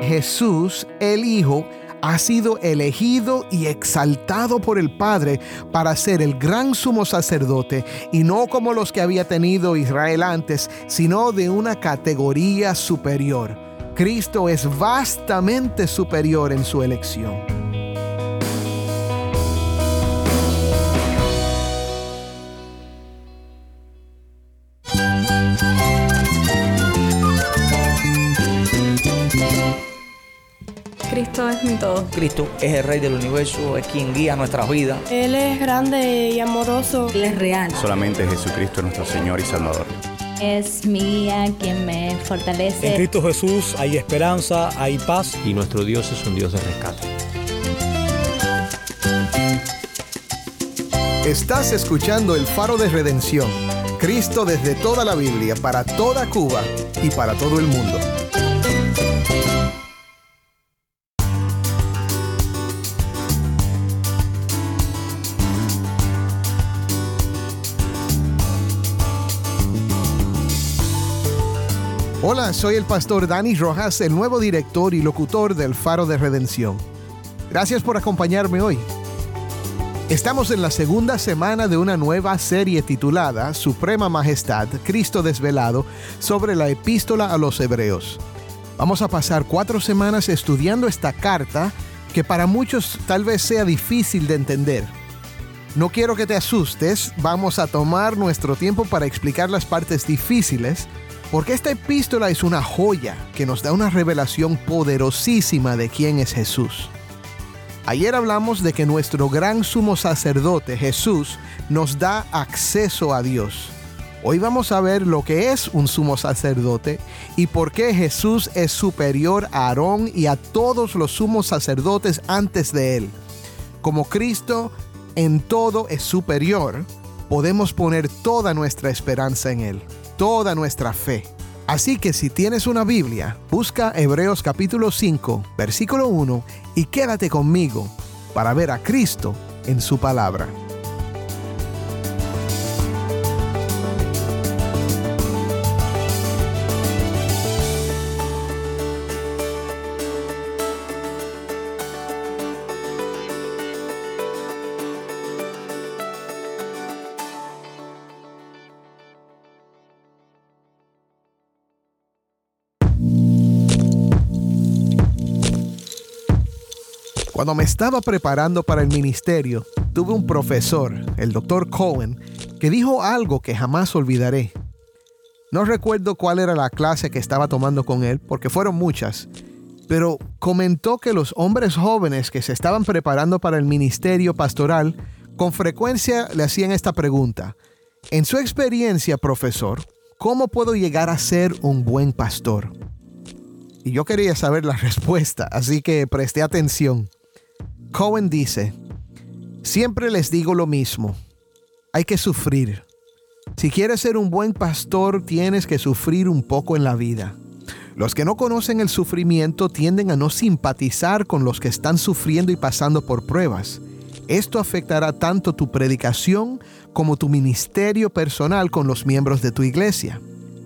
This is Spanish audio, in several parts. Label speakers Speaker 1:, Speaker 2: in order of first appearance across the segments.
Speaker 1: Jesús, el Hijo, ha sido elegido y exaltado por el Padre para ser el gran sumo sacerdote, y no como los que había tenido Israel antes, sino de una categoría superior. Cristo es vastamente superior en su elección.
Speaker 2: Cristo es mi todo.
Speaker 3: Cristo es el Rey del universo, es quien guía nuestras vidas.
Speaker 4: Él es grande y amoroso.
Speaker 2: Él es real.
Speaker 5: Solamente Jesucristo es nuestro Señor y Salvador.
Speaker 6: Es mi guía quien me fortalece.
Speaker 7: En Cristo Jesús hay esperanza, hay paz.
Speaker 8: Y nuestro Dios es un Dios de rescate.
Speaker 1: Estás escuchando El Faro de Redención. Cristo desde toda la Biblia, para toda Cuba y para todo el mundo. Hola, soy el pastor Dani Rojas, el nuevo director y locutor del Faro de Redención. Gracias por acompañarme hoy. Estamos en la segunda semana de una nueva serie titulada Suprema Majestad, Cristo Desvelado, sobre la Epístola a los Hebreos. Vamos a pasar 4 semanas estudiando esta carta que para muchos tal vez sea difícil de entender. No quiero que te asustes, vamos a tomar nuestro tiempo para explicar las partes difíciles, porque esta epístola es una joya que nos da una revelación poderosísima de quién es Jesús. Ayer hablamos de que nuestro gran sumo sacerdote, Jesús, nos da acceso a Dios. Hoy vamos a ver lo que es un sumo sacerdote y por qué Jesús es superior a Aarón y a todos los sumos sacerdotes antes de él. Como Cristo en todo es superior, podemos poner toda nuestra esperanza en él, toda nuestra fe. Así que si tienes una Biblia, busca Hebreos capítulo 5, versículo 1 y quédate conmigo para ver a Cristo en su palabra. Cuando me estaba preparando para el ministerio, tuve un profesor, el Dr. Cohen, que dijo algo que jamás olvidaré. No recuerdo cuál era la clase que estaba tomando con él, porque fueron muchas, pero comentó que los hombres jóvenes que se estaban preparando para el ministerio pastoral, con frecuencia le hacían esta pregunta: en su experiencia, profesor, ¿cómo puedo llegar a ser un buen pastor? Y yo quería saber la respuesta, así que presté atención. Cohen dice: siempre les digo lo mismo, hay que sufrir. Si quieres ser un buen pastor, tienes que sufrir un poco en la vida. Los que no conocen el sufrimiento tienden a no simpatizar con los que están sufriendo y pasando por pruebas. Esto afectará tanto tu predicación como tu ministerio personal con los miembros de tu iglesia.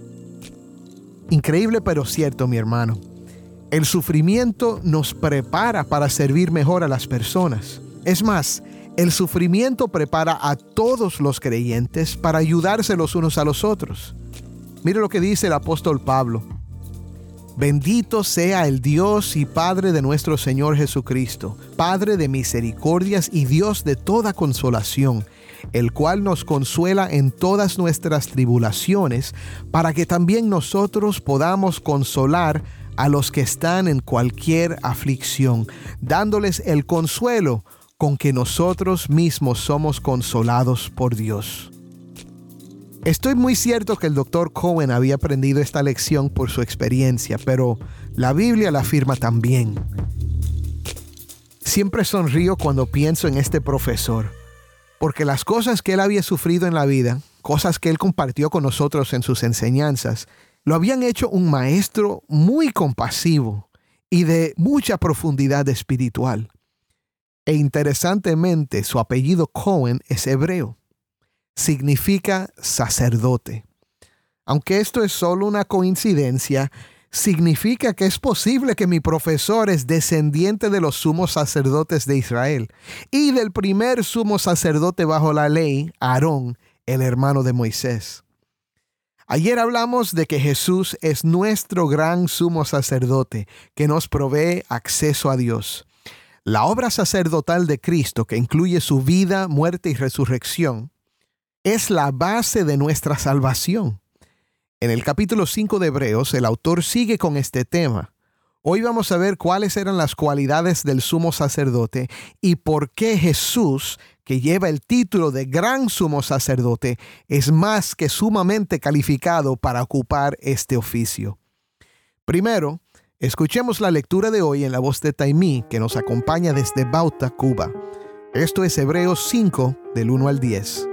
Speaker 1: Increíble pero cierto, mi hermano. El sufrimiento nos prepara para servir mejor a las personas. Es más, el sufrimiento prepara a todos los creyentes para ayudarse los unos a los otros. Mire lo que dice el apóstol Pablo: bendito sea el Dios y Padre de nuestro Señor Jesucristo, Padre de misericordias y Dios de toda consolación, el cual nos consuela en todas nuestras tribulaciones, para que también nosotros podamos consolar a los que están en cualquier aflicción, dándoles el consuelo con que nosotros mismos somos consolados por Dios. Estoy muy cierto que el Dr. Cohen había aprendido esta lección por su experiencia, pero la Biblia la afirma también. Siempre sonrío cuando pienso en este profesor, porque las cosas que él había sufrido en la vida, cosas que él compartió con nosotros en sus enseñanzas, lo habían hecho un maestro muy compasivo y de mucha profundidad espiritual. E interesantemente, su apellido Cohen es hebreo. Significa sacerdote. Aunque esto es solo una coincidencia, significa que es posible que mi profesor es descendiente de los sumos sacerdotes de Israel y del primer sumo sacerdote bajo la ley, Aarón, el hermano de Moisés. Ayer hablamos de que Jesús es nuestro gran sumo sacerdote que nos provee acceso a Dios. La obra sacerdotal de Cristo, que incluye su vida, muerte y resurrección, es la base de nuestra salvación. En el capítulo 5 de Hebreos, el autor sigue con este tema. Hoy vamos a ver cuáles eran las cualidades del sumo sacerdote y por qué Jesús, que lleva el título de gran sumo sacerdote, es más que sumamente calificado para ocupar este oficio. Primero, escuchemos la lectura de hoy en la voz de Taimí, que nos acompaña desde Bauta, Cuba. Esto es Hebreos 5, del 1 al 10.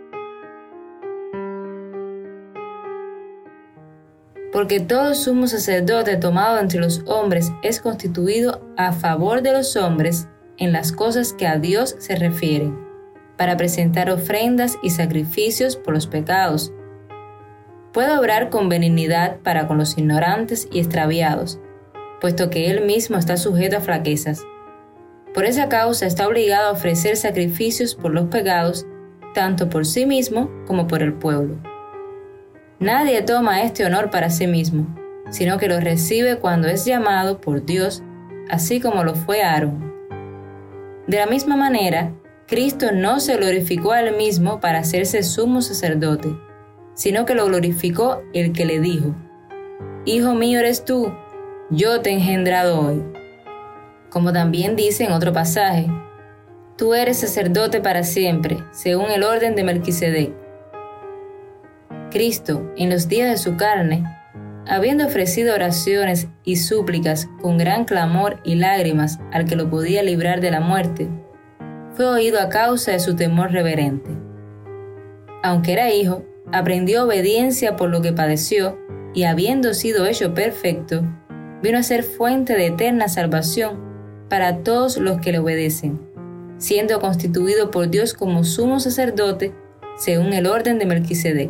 Speaker 2: Porque todo sumo sacerdote tomado entre los hombres es constituido a favor de los hombres en las cosas que a Dios se refieren, para presentar ofrendas y sacrificios por los pecados. Puede obrar con benignidad para con los ignorantes y extraviados, puesto que Él mismo está sujeto a flaquezas. Por esa causa está obligado a ofrecer sacrificios por los pecados, tanto por sí mismo como por el pueblo. Nadie toma este honor para sí mismo, sino que lo recibe cuando es llamado por Dios, así como lo fue Aarón. De la misma manera, Cristo no se glorificó a Él mismo para hacerse sumo sacerdote, sino que lo glorificó el que le dijo: Hijo mío eres tú, yo te he engendrado hoy. Como también dice en otro pasaje: Tú eres sacerdote para siempre, según el orden de Melquisedec. Cristo, en los días de su carne, habiendo ofrecido oraciones y súplicas con gran clamor y lágrimas al que lo podía librar de la muerte, fue oído a causa de su temor reverente. Aunque era hijo, aprendió obediencia por lo que padeció, y habiendo sido hecho perfecto, vino a ser fuente de eterna salvación para todos los que le obedecen, siendo constituido por Dios como sumo sacerdote según el orden de Melquisedec.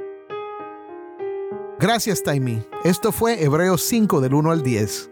Speaker 1: Gracias, Taimí. Esto fue Hebreos 5 del 1 al 10.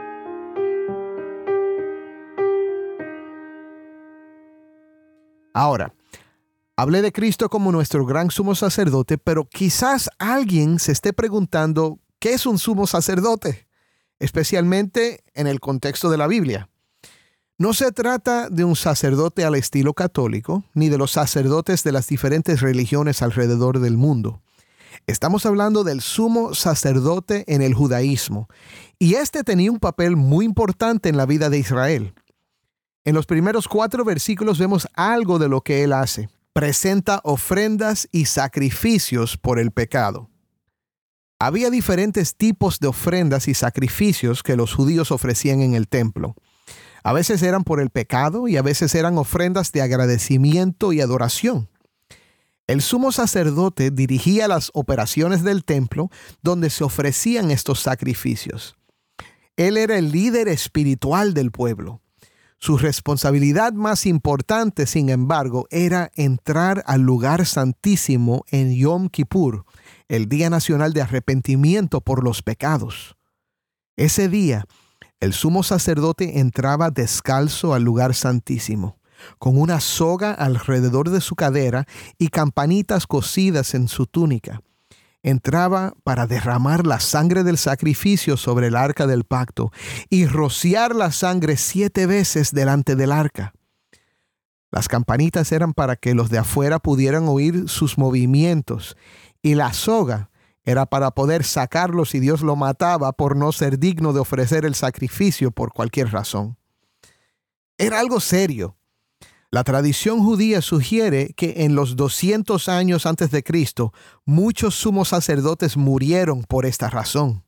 Speaker 1: Ahora, hablé de Cristo como nuestro gran sumo sacerdote, pero quizás alguien se esté preguntando ¿qué es un sumo sacerdote? Especialmente en el contexto de la Biblia. No se trata de un sacerdote al estilo católico, ni de los sacerdotes de las diferentes religiones alrededor del mundo. Estamos hablando del sumo sacerdote en el judaísmo, y este tenía un papel muy importante en la vida de Israel. En los primeros 4 versículos vemos algo de lo que él hace. Presenta ofrendas y sacrificios por el pecado. Había diferentes tipos de ofrendas y sacrificios que los judíos ofrecían en el templo. A veces eran por el pecado y a veces eran ofrendas de agradecimiento y adoración. El sumo sacerdote dirigía las operaciones del templo donde se ofrecían estos sacrificios. Él era el líder espiritual del pueblo. Su responsabilidad más importante, sin embargo, era entrar al lugar santísimo en Yom Kippur, el Día Nacional de Arrepentimiento por los pecados. Ese día, el sumo sacerdote entraba descalzo al lugar santísimo, con una soga alrededor de su cadera y campanitas cosidas en su túnica. Entraba para derramar la sangre del sacrificio sobre el arca del pacto y rociar la sangre 7 veces delante del arca. Las campanitas eran para que los de afuera pudieran oír sus movimientos, y la soga era para poder sacarlo si Dios lo mataba por no ser digno de ofrecer el sacrificio por cualquier razón. Era algo serio. La tradición judía sugiere que en los 200 años antes de Cristo, muchos sumos sacerdotes murieron por esta razón.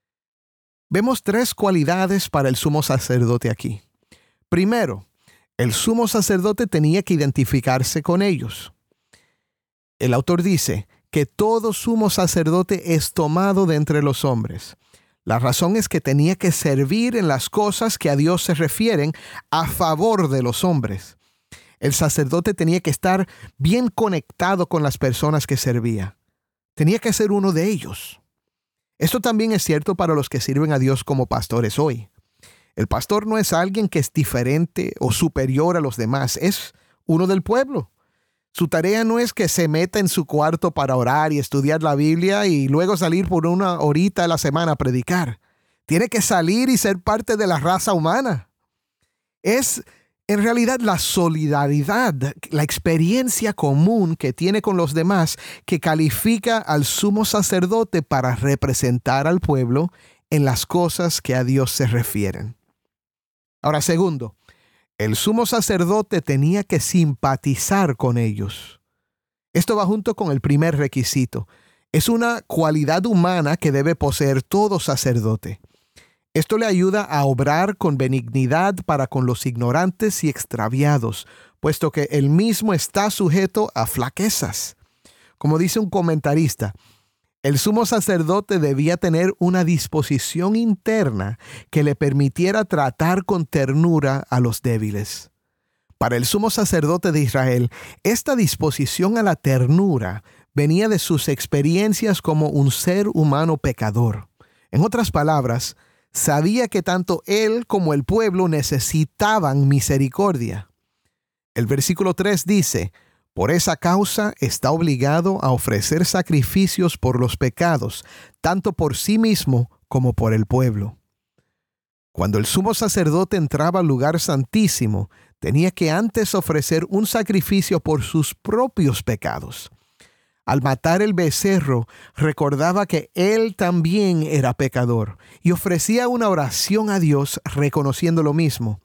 Speaker 1: Vemos 3 cualidades para el sumo sacerdote aquí. Primero, el sumo sacerdote tenía que identificarse con ellos. El autor dice que todo sumo sacerdote es tomado de entre los hombres. La razón es que tenía que servir en las cosas que a Dios se refieren a favor de los hombres. El sacerdote tenía que estar bien conectado con las personas que servía. Tenía que ser uno de ellos. Esto también es cierto para los que sirven a Dios como pastores hoy. El pastor no es alguien que es diferente o superior a los demás, es uno del pueblo. Su tarea no es que se meta en su cuarto para orar y estudiar la Biblia y luego salir por una horita a la semana a predicar. Tiene que salir y ser parte de la raza humana. Es en realidad la solidaridad, la experiencia común que tiene con los demás que califica al sumo sacerdote para representar al pueblo en las cosas que a Dios se refieren. Ahora, segundo, el sumo sacerdote tenía que simpatizar con ellos. Esto va junto con el primer requisito. Es una cualidad humana que debe poseer todo sacerdote. Esto le ayuda a obrar con benignidad para con los ignorantes y extraviados, puesto que él mismo está sujeto a flaquezas. Como dice un comentarista, el sumo sacerdote debía tener una disposición interna que le permitiera tratar con ternura a los débiles. Para el sumo sacerdote de Israel, esta disposición a la ternura venía de sus experiencias como un ser humano pecador. En otras palabras, sabía que tanto él como el pueblo necesitaban misericordia. El versículo 3 dice: por esa causa está obligado a ofrecer sacrificios por los pecados, tanto por sí mismo como por el pueblo. Cuando el sumo sacerdote entraba al lugar santísimo, tenía que antes ofrecer un sacrificio por sus propios pecados. Al matar el becerro, recordaba que él también era pecador y ofrecía una oración a Dios reconociendo lo mismo.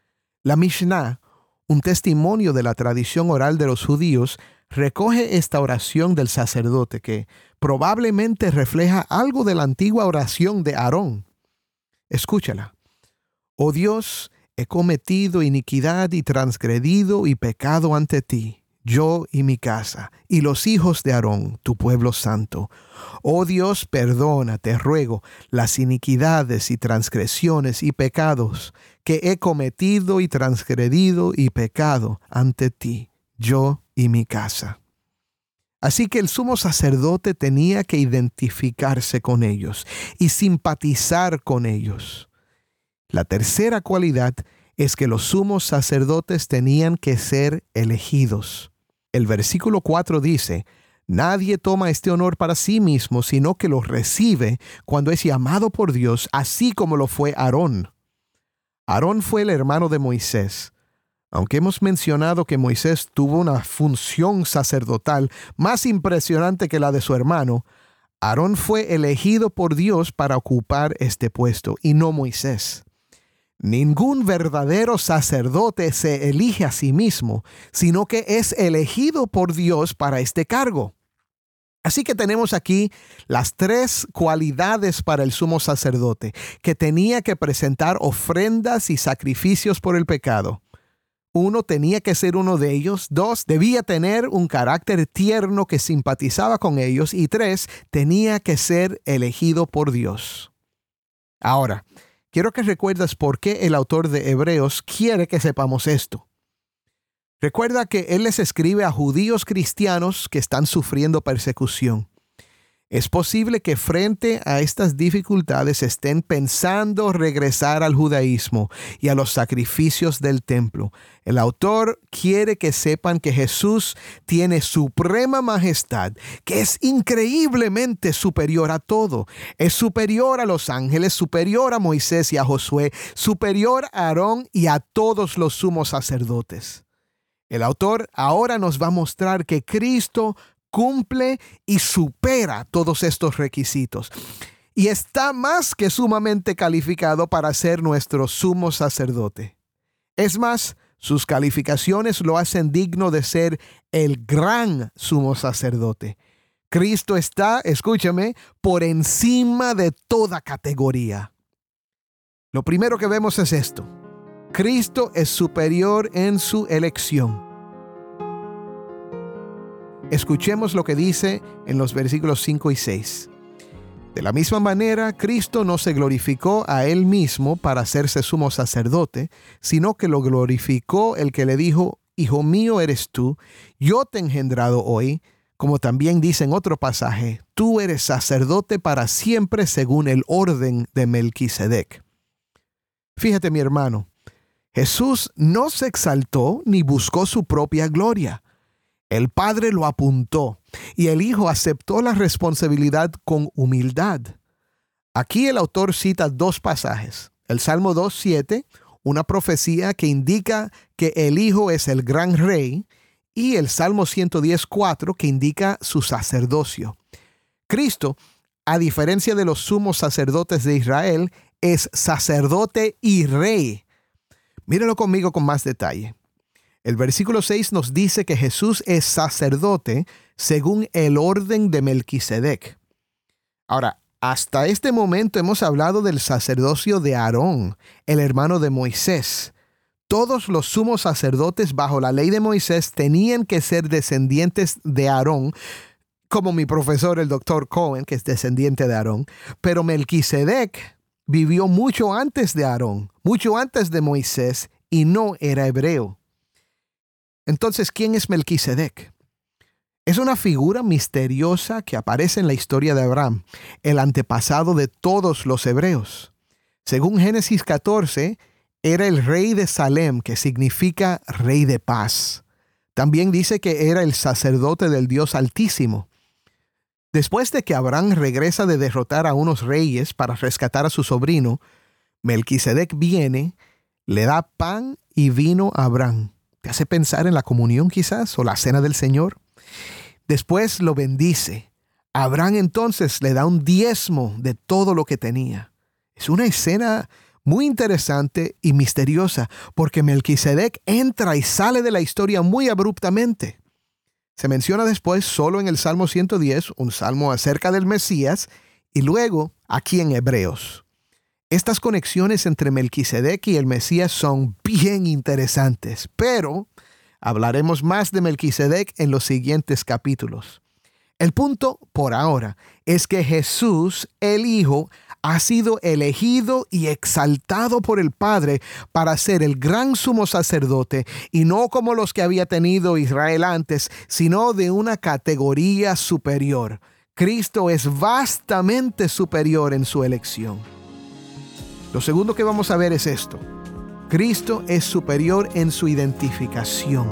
Speaker 1: La Mishnah, un testimonio de la tradición oral de los judíos, recoge esta oración del sacerdote que probablemente refleja algo de la antigua oración de Aarón. Escúchala. Oh Dios, he cometido iniquidad y transgredido y pecado ante ti, yo y mi casa, y los hijos de Aarón, tu pueblo santo. Oh Dios, perdona, te ruego, las iniquidades y transgresiones y pecados que he cometido y transgredido y pecado ante ti, yo y mi casa. Así que el sumo sacerdote tenía que identificarse con ellos y simpatizar con ellos. La tercera cualidad es que los sumos sacerdotes tenían que ser elegidos. El versículo 4 dice: nadie toma este honor para sí mismo, sino que lo recibe cuando es llamado por Dios, así como lo fue Aarón. Aarón fue el hermano de Moisés. Aunque hemos mencionado que Moisés tuvo una función sacerdotal más impresionante que la de su hermano, Aarón fue elegido por Dios para ocupar este puesto, y no Moisés. Ningún verdadero sacerdote se elige a sí mismo, sino que es elegido por Dios para este cargo. Así que tenemos aquí las tres cualidades para el sumo sacerdote, que tenía que presentar ofrendas y sacrificios por el pecado. 1, tenía que ser uno de ellos. 2, debía tener un carácter tierno que simpatizaba con ellos. Y 3, tenía que ser elegido por Dios. Ahora, quiero que recuerdes por qué el autor de Hebreos quiere que sepamos esto. Recuerda que él les escribe a judíos cristianos que están sufriendo persecución. Es posible que frente a estas dificultades estén pensando regresar al judaísmo y a los sacrificios del templo. El autor quiere que sepan que Jesús tiene suprema majestad, que es increíblemente superior a todo. Es superior a los ángeles, superior a Moisés y a Josué, superior a Aarón y a todos los sumos sacerdotes. El autor ahora nos va a mostrar que Cristo cumple y supera todos estos requisitos y está más que sumamente calificado para ser nuestro sumo sacerdote. Es más, sus calificaciones lo hacen digno de ser el gran sumo sacerdote. Cristo está, escúchame, por encima de toda categoría. Lo primero que vemos es esto: Cristo es superior en su elección. Escuchemos lo que dice en los versículos 5 y 6. De la misma manera, Cristo no se glorificó a él mismo para hacerse sumo sacerdote, sino que lo glorificó el que le dijo: Hijo mío eres tú, yo te he engendrado hoy. Como también dice en otro pasaje, tú eres sacerdote para siempre según el orden de Melquisedec. Fíjate, mi hermano, Jesús no se exaltó ni buscó su propia gloria. El Padre lo apuntó y el Hijo aceptó la responsabilidad con humildad. Aquí el autor cita dos pasajes. El Salmo 2:7, una profecía que indica que el Hijo es el gran rey, y el Salmo 110:4, que indica su sacerdocio. Cristo, a diferencia de los sumos sacerdotes de Israel, es sacerdote y rey. Míralo conmigo con más detalle. El versículo 6 nos dice que Jesús es sacerdote según el orden de Melquisedec. Ahora, hasta este momento hemos hablado del sacerdocio de Aarón, el hermano de Moisés. Todos los sumos sacerdotes bajo la ley de Moisés tenían que ser descendientes de Aarón, como mi profesor, el doctor Cohen, que es descendiente de Aarón. Pero Melquisedec vivió mucho antes de Aarón, mucho antes de Moisés, y no era hebreo. Entonces, ¿quién es Melquisedec? Es una figura misteriosa que aparece en la historia de Abraham, el antepasado de todos los hebreos. Según Génesis 14, era el rey de Salem, que significa rey de paz. También dice que era el sacerdote del Dios Altísimo. Después de que Abraham regresa de derrotar a unos reyes para rescatar a su sobrino, Melquisedec viene, le da pan y vino a Abraham. ¿Te hace pensar en la comunión quizás o la cena del Señor? Después lo bendice. Abraham entonces le da un diezmo de todo lo que tenía. Es una escena muy interesante y misteriosa porque Melquisedec entra y sale de la historia muy abruptamente. Se menciona después solo en el Salmo 110, un salmo acerca del Mesías, y luego aquí en Hebreos. Estas conexiones entre Melquisedec y el Mesías son bien interesantes, pero hablaremos más de Melquisedec en los siguientes capítulos. El punto por ahora es que Jesús, el Hijo, ha sido elegido y exaltado por el Padre para ser el gran sumo sacerdote, y no como los que había tenido Israel antes, sino de una categoría superior. Cristo es vastamente superior en su elección. Lo segundo que vamos a ver es esto. Cristo es superior en su identificación.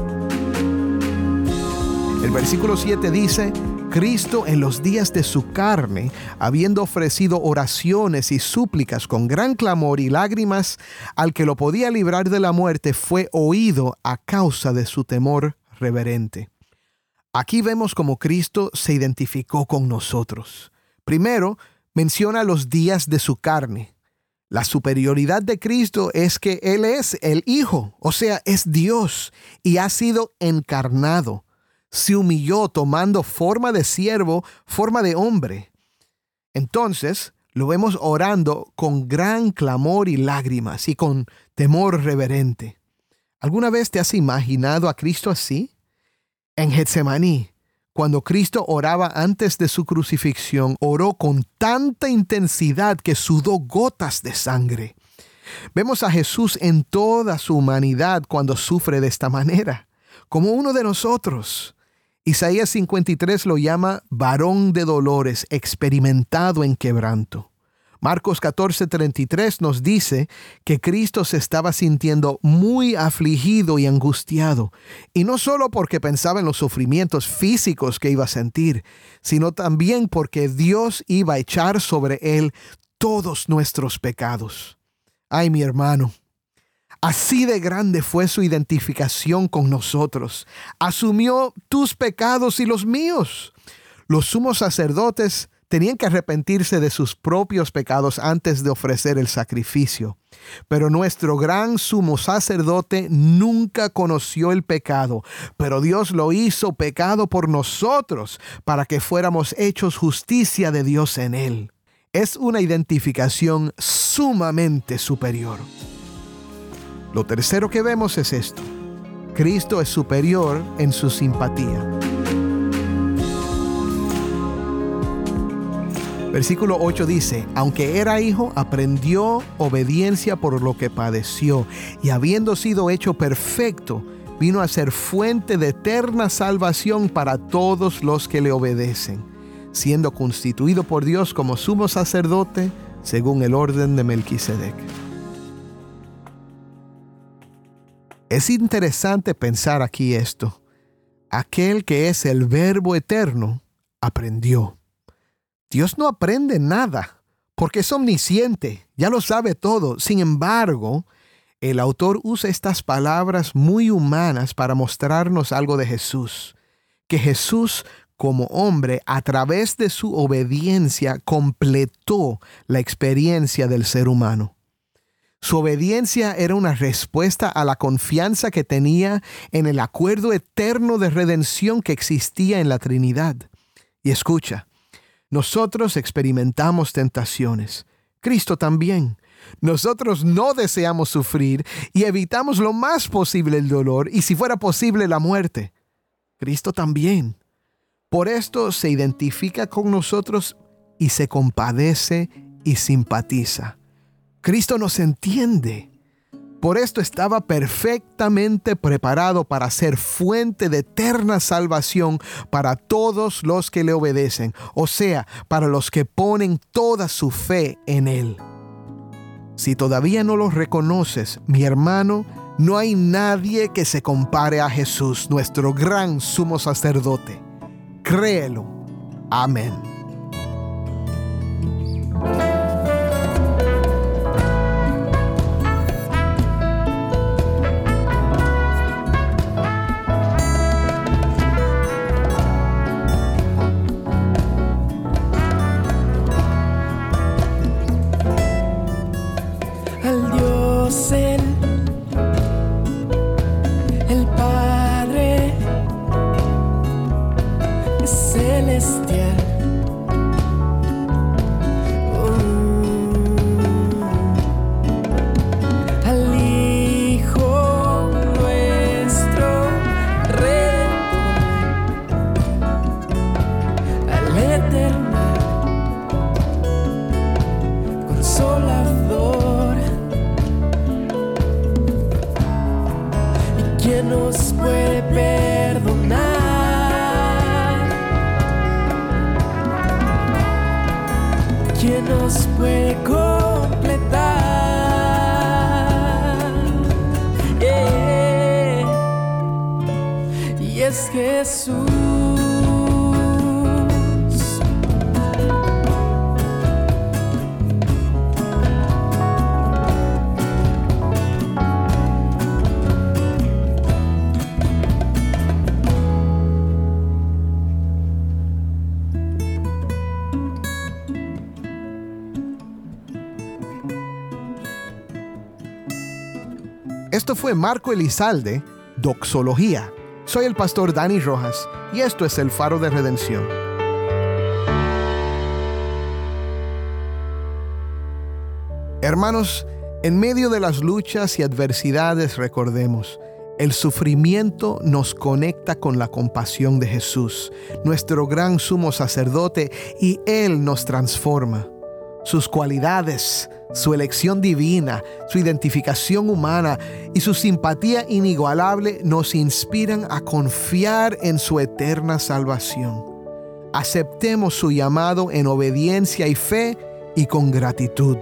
Speaker 1: El versículo 7 dice: Cristo en los días de su carne, habiendo ofrecido oraciones y súplicas con gran clamor y lágrimas, al que lo podía librar de la muerte, fue oído a causa de su temor reverente. Aquí vemos cómo Cristo se identificó con nosotros. Primero, menciona los días de su carne. La superioridad de Cristo es que Él es el Hijo, o sea, es Dios, y ha sido encarnado. Se humilló tomando forma de siervo, forma de hombre. Entonces, lo vemos orando con gran clamor y lágrimas y con temor reverente. ¿Alguna vez te has imaginado a Cristo así? En Getsemaní, cuando Cristo oraba antes de su crucifixión, oró con tanta intensidad que sudó gotas de sangre. Vemos a Jesús en toda su humanidad cuando sufre de esta manera, como uno de nosotros. Isaías 53 lo llama varón de dolores, experimentado en quebranto. Marcos 14:33 nos dice que Cristo se estaba sintiendo muy afligido y angustiado, y no solo porque pensaba en los sufrimientos físicos que iba a sentir, sino también porque Dios iba a echar sobre él todos nuestros pecados. Ay, mi hermano, así de grande fue su identificación con nosotros. Asumió tus pecados y los míos. Los sumos sacerdotes tenían que arrepentirse de sus propios pecados antes de ofrecer el sacrificio. Pero nuestro gran sumo sacerdote nunca conoció el pecado, pero Dios lo hizo pecado por nosotros para que fuéramos hechos justicia de Dios en él. Es una identificación sumamente superior. Lo tercero que vemos es esto. Cristo es superior en su simpatía. Versículo 8 dice: aunque era hijo, aprendió obediencia por lo que padeció, y habiendo sido hecho perfecto, vino a ser fuente de eterna salvación para todos los que le obedecen, siendo constituido por Dios como sumo sacerdote según el orden de Melquisedec. Es interesante pensar aquí esto. Aquel que es el Verbo eterno aprendió. Dios no aprende nada, porque es omnisciente, ya lo sabe todo. Sin embargo, el autor usa estas palabras muy humanas para mostrarnos algo de Jesús. Que Jesús, como hombre, a través de su obediencia, completó la experiencia del ser humano. Su obediencia era una respuesta a la confianza que tenía en el acuerdo eterno de redención que existía en la Trinidad. Y escucha, nosotros experimentamos tentaciones. Cristo también. Nosotros no deseamos sufrir y evitamos lo más posible el dolor y, si fuera posible, la muerte. Cristo también. Por esto se identifica con nosotros y se compadece y simpatiza. Cristo nos entiende. Por esto estaba perfectamente preparado para ser fuente de eterna salvación para todos los que le obedecen, o sea, para los que ponen toda su fe en Él. Si todavía no lo reconoces, mi hermano, no hay nadie que se compare a Jesús, nuestro gran sumo sacerdote. Créelo. Amén.
Speaker 9: El Padre celestial, al Hijo nuestro Redentor, al Eterno Consolador. ¿Quién nos puede perdonar? ¿Quién nos puede completar? Y es Jesús.
Speaker 1: Esto fue Marco Elizalde, Doxología. Soy el pastor Dani Rojas y esto es el Faro de Redención. Hermanos, en medio de las luchas y adversidades, recordemos, el sufrimiento nos conecta con la compasión de Jesús, nuestro gran sumo sacerdote, y Él nos transforma. Sus cualidades, su elección divina, su identificación humana y su simpatía inigualable nos inspiran a confiar en su eterna salvación. Aceptemos su llamado en obediencia y fe y con gratitud.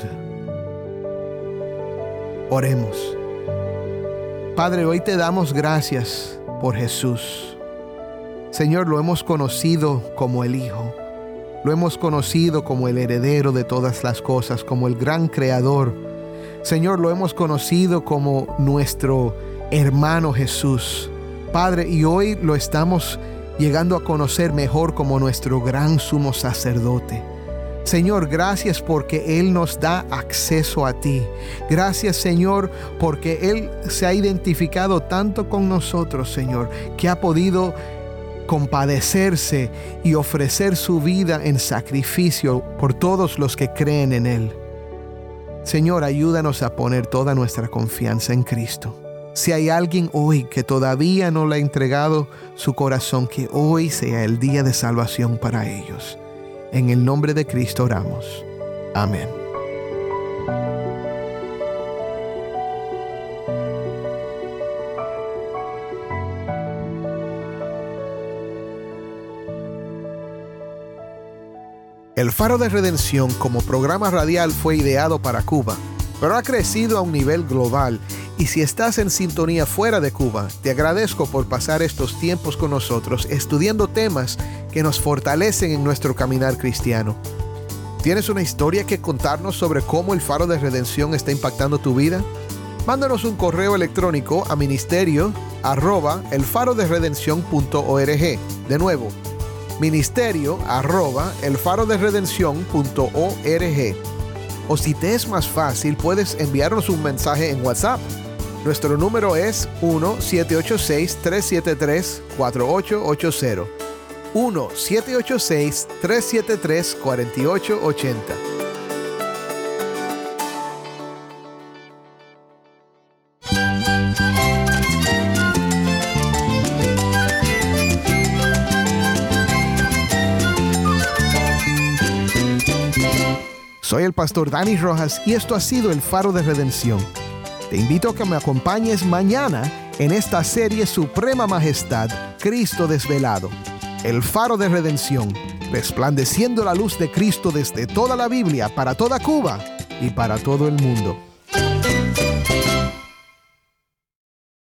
Speaker 1: Oremos. Padre, hoy te damos gracias por Jesús. Señor, lo hemos conocido como el Hijo. Lo hemos conocido como el heredero de todas las cosas, como el gran creador. Señor, lo hemos conocido como nuestro hermano Jesús. Padre, y hoy lo estamos llegando a conocer mejor como nuestro gran sumo sacerdote. Señor, gracias porque Él nos da acceso a ti. Gracias, Señor, porque Él se ha identificado tanto con nosotros, Señor, que ha podido compadecerse y ofrecer su vida en sacrificio por todos los que creen en Él. Señor, ayúdanos a poner toda nuestra confianza en Cristo. Si hay alguien hoy que todavía no le ha entregado su corazón, que hoy sea el día de salvación para ellos. En el nombre de Cristo oramos. Amén. El Faro de Redención como programa radial fue ideado para Cuba, pero ha crecido a un nivel global, y si estás en sintonía fuera de Cuba, te agradezco por pasar estos tiempos con nosotros estudiando temas que nos fortalecen en nuestro caminar cristiano. ¿Tienes una historia que contarnos sobre cómo el Faro de Redención está impactando tu vida? Mándanos un correo electrónico a ministerio@elfaroderedencion.org. De nuevo, ministerio@elfaroderedencion.org. O si te es más fácil, puedes enviarnos un mensaje en WhatsApp. Nuestro número es 1-786-373-4880. 1-786-373-4880. Soy el pastor Dani Rojas y esto ha sido el Faro de Redención. Te invito a que me acompañes mañana en esta serie Suprema Majestad, Cristo Desvelado. El Faro de Redención, resplandeciendo la luz de Cristo desde toda la Biblia, para toda Cuba y para todo el mundo.